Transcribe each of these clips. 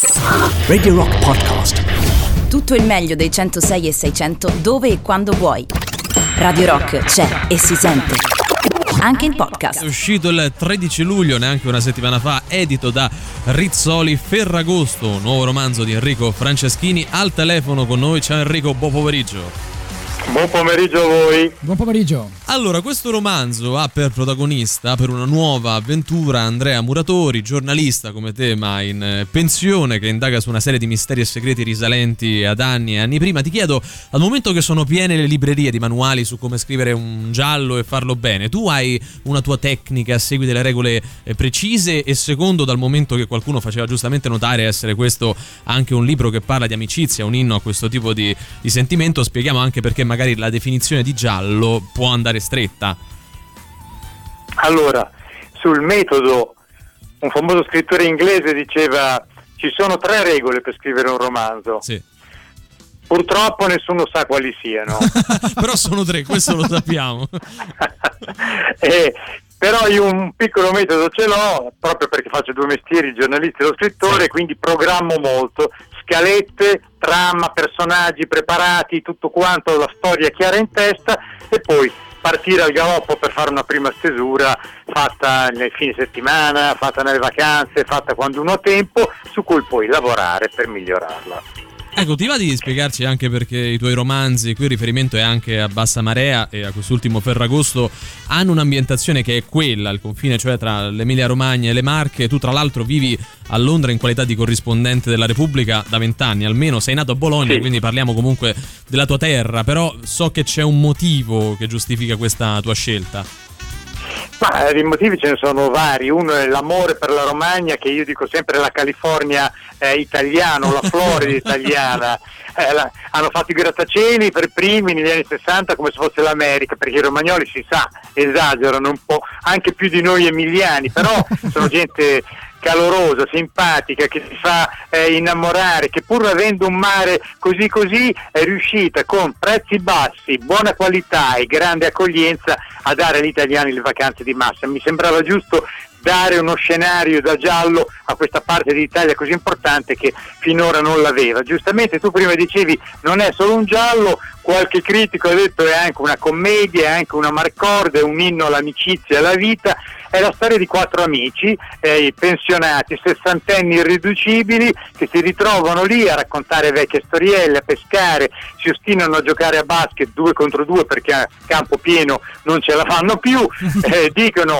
Radio Rock Podcast. Tutto il meglio dei 106 e 600 dove e quando vuoi. Radio Rock c'è e si sente anche in podcast. È uscito il 13 luglio, neanche una settimana fa, edito da Rizzoli, Ferragosto, un nuovo romanzo di Enrico Franceschini. Al telefono con noi c'è Enrico, buon pomeriggio. Buon pomeriggio a voi. Buon pomeriggio. Allora, questo romanzo ha per protagonista, per una nuova avventura, Andrea Muratori, giornalista come te ma in pensione, che indaga su una serie di misteri e segreti risalenti ad anni e anni prima. Ti chiedo, al momento che sono piene le librerie di manuali su come scrivere un giallo e farlo bene, tu hai una tua tecnica, segui delle regole precise? E secondo, dal momento che qualcuno faceva giustamente notare essere questo anche un libro che parla di amicizia, un inno a questo tipo di sentimento, spieghiamo anche perché magari la definizione di giallo può andare stretta. Allora, sul metodo, un famoso scrittore inglese diceva: ci sono 3 regole per scrivere un romanzo. Sì. Purtroppo nessuno sa quali siano. Però sono 3, questo lo sappiamo. Però io un piccolo metodo ce l'ho, proprio perché faccio 2 mestieri, il giornalista e lo scrittore, quindi programmo molto. Scalette, trama, personaggi preparati, tutto quanto, la storia chiara in testa, e poi partire al galoppo per fare una prima stesura fatta nel fine settimana, fatta nelle vacanze, fatta quando uno ha tempo, su cui poi lavorare per migliorarla. Ecco, ti va di spiegarci anche perché i tuoi romanzi, qui il riferimento è anche a Bassa Marea e a quest'ultimo Ferragosto, hanno un'ambientazione che è quella, al confine, cioè tra l'Emilia Romagna e le Marche. Tu tra l'altro vivi a Londra in qualità di corrispondente della Repubblica da 20 anni, almeno sei nato a Bologna, sì. Quindi parliamo comunque della tua terra, però so che c'è un motivo che giustifica questa tua scelta. Ma i motivi ce ne sono vari. Uno è l'amore per la Romagna, che io dico sempre la California italiana, la Florida italiana. Hanno fatto i grattacieli per primi negli anni 60 come se fosse l'America, perché i romagnoli, si sa, esagerano un po', anche più di noi emiliani, però sono gente calorosa, simpatica, che si fa innamorare, che pur avendo un mare così è riuscita con prezzi bassi, buona qualità e grande accoglienza a dare agli italiani le vacanze di massa. Mi sembrava giusto dare uno scenario da giallo a questa parte d'Italia così importante che finora non l'aveva. Giustamente tu prima dicevi non è solo un giallo, qualche critico ha detto è anche una commedia, è anche una marcorda, è un inno all'amicizia e alla vita. È la storia di 4 amici pensionati, sessantenni irriducibili, che si ritrovano lì a raccontare vecchie storielle, a pescare, si ostinano a giocare a basket 2 contro 2 perché a campo pieno non ce la fanno più, dicono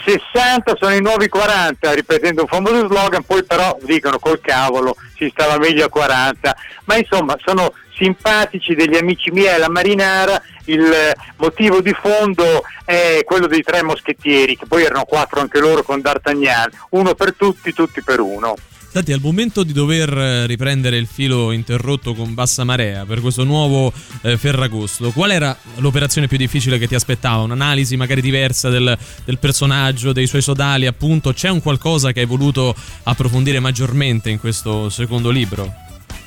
60 sono i nuovi 40, ripetendo un famoso slogan, poi però dicono col cavolo si stava meglio a 40, ma insomma sono simpatici, degli amici miei alla marinara. Il motivo di fondo è quello dei 3 moschettieri, che poi erano 4 anche loro con D'Artagnan, uno per tutti, tutti per uno. Senti, al momento di dover riprendere il filo interrotto con Bassa Marea per questo nuovo Ferragosto, qual era l'operazione più difficile che ti aspettava? Un'analisi magari diversa del personaggio, dei suoi sodali, appunto? C'è un qualcosa che hai voluto approfondire maggiormente in questo secondo libro?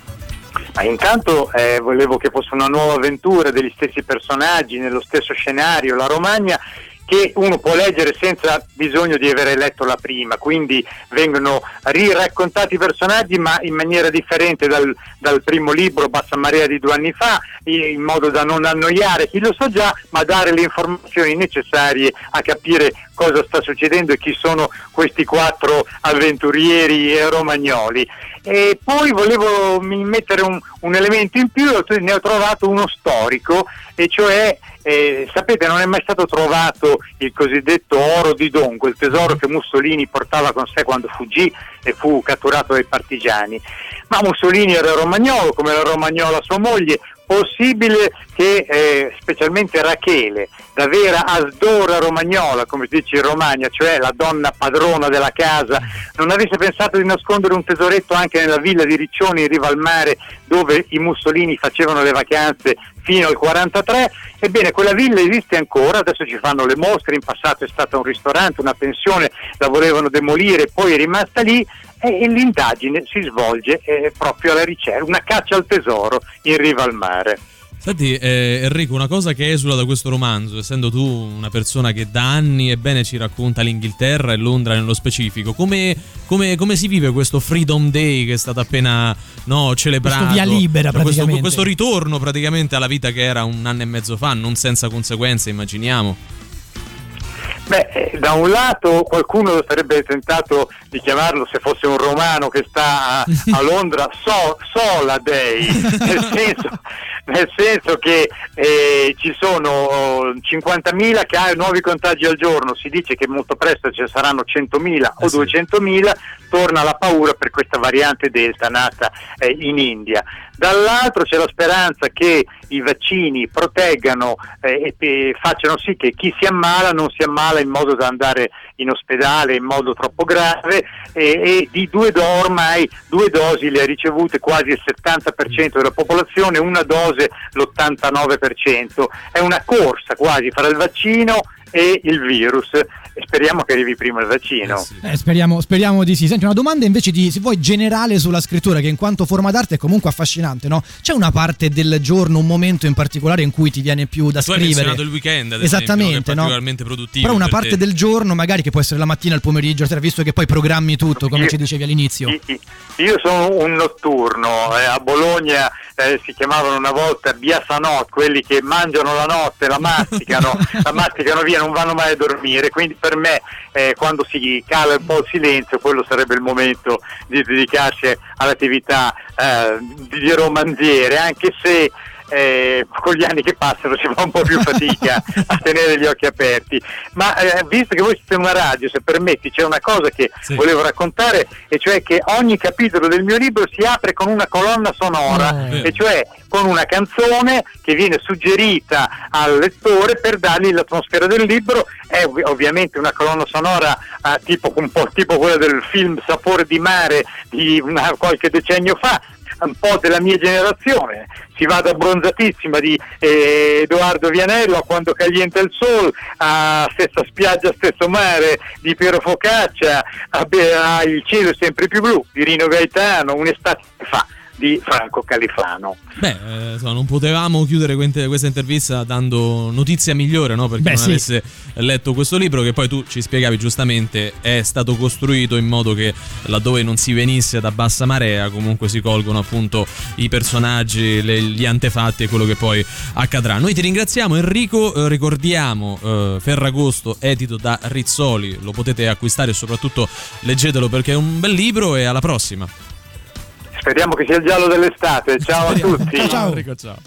Ma intanto volevo che fosse una nuova avventura degli stessi personaggi, nello stesso scenario, la Romagna, che uno può leggere senza bisogno di aver letto la prima, quindi vengono riraccontati i personaggi ma in maniera differente dal primo libro, Bassa Marea di 2 anni fa, in modo da non annoiare chi lo sa già, ma dare le informazioni necessarie a capire cosa sta succedendo e chi sono questi 4 avventurieri romagnoli. E poi volevo mettere un elemento in più, ne ho trovato uno storico, e cioè sapete, non è mai stato trovato il cosiddetto oro di Don, quel tesoro che Mussolini portava con sé quando fuggì e fu catturato dai partigiani. Ma Mussolini era romagnolo, come era romagnola sua moglie. Possibile che specialmente Rachele, la vera Asdora romagnola, come si dice in Romagna, cioè la donna padrona della casa, non avesse pensato di nascondere un tesoretto anche nella villa di Riccione in riva al mare, dove i Mussolini facevano le vacanze fino al 43? Ebbene, quella villa esiste ancora, adesso ci fanno le mostre, in passato è stata un ristorante, una pensione, la volevano demolire, poi è rimasta lì, e l'indagine si svolge proprio alla ricerca, una caccia al tesoro in riva al mare. Senti Enrico, una cosa che esula da questo romanzo, essendo tu una persona che da anni e bene ci racconta l'Inghilterra e Londra nello specifico, come si vive questo Freedom Day che è stato appena celebrato? Questo via libera praticamente. Questo ritorno praticamente alla vita che era un anno e mezzo fa, non senza conseguenze, immaginiamo. Beh, da un lato qualcuno sarebbe tentato di chiamarlo, se fosse un romano che sta a Londra, Sola Day, nel senso che ci sono 50.000 nuovi contagi al giorno, si dice che molto presto ci saranno 100.000 o 200.000, torna la paura per questa variante Delta nata in India. Dall'altro c'è la speranza che i vaccini proteggano e facciano sì che chi si ammala non si ammala in modo da andare in ospedale in modo troppo grave, e di ormai due dosi le ha ricevute quasi il 70% della popolazione, una dose l'89%. È una corsa quasi fra il vaccino e il virus, e speriamo che arrivi prima il vaccino. Speriamo di sì. Senti, una domanda invece se vuoi generale sulla scrittura, che in quanto forma d'arte è comunque affascinante, no? C'è una parte del giorno, un momento in particolare in cui ti viene più da scrivere? Tu hai menzionato il weekend, ad esattamente, esempio, che è particolarmente produttivo. Però una parte del giorno, magari, che può essere la mattina, il pomeriggio, visto che poi programmi tutto, come ci dicevi all'inizio. Io sono un notturno, a Bologna si chiamavano una volta biasanot, quelli che mangiano la notte, la masticano via, non vanno mai a dormire, quindi per me quando si cala un po' il silenzio, quello sarebbe il momento di dedicarsi all'attività di romanziere, anche se con gli anni che passano ci fa un po' più fatica a tenere gli occhi aperti, ma visto che voi siete una radio, se permetti, c'è una cosa che volevo raccontare, e cioè che ogni capitolo del mio libro si apre con una colonna sonora, e cioè con una canzone che viene suggerita al lettore per dargli l'atmosfera del libro. È ovviamente una colonna sonora un po' tipo quella del film Sapore di mare di qualche decennio fa, un po' della mia generazione. Si va da Bronzatissima di Edoardo Vianello a Quando calienta il sol, a Stessa spiaggia, stesso mare di Piero Focaccia, a Il cielo è sempre più blu di Rino Gaetano, Un'estate fa di Franco Califano. Non potevamo chiudere questa intervista dando notizia migliore, no? Per chi non avesse letto questo libro, che poi tu ci spiegavi giustamente è stato costruito in modo che laddove non si venisse da bassa marea comunque si colgono appunto i personaggi, gli antefatti e quello che poi accadrà. Noi ti ringraziamo Enrico, ricordiamo Ferragosto edito da Rizzoli, lo potete acquistare e soprattutto leggetelo perché è un bel libro, e alla prossima. Speriamo che sia il giallo dell'estate. Ciao a tutti. Ciao. Enrico, ciao.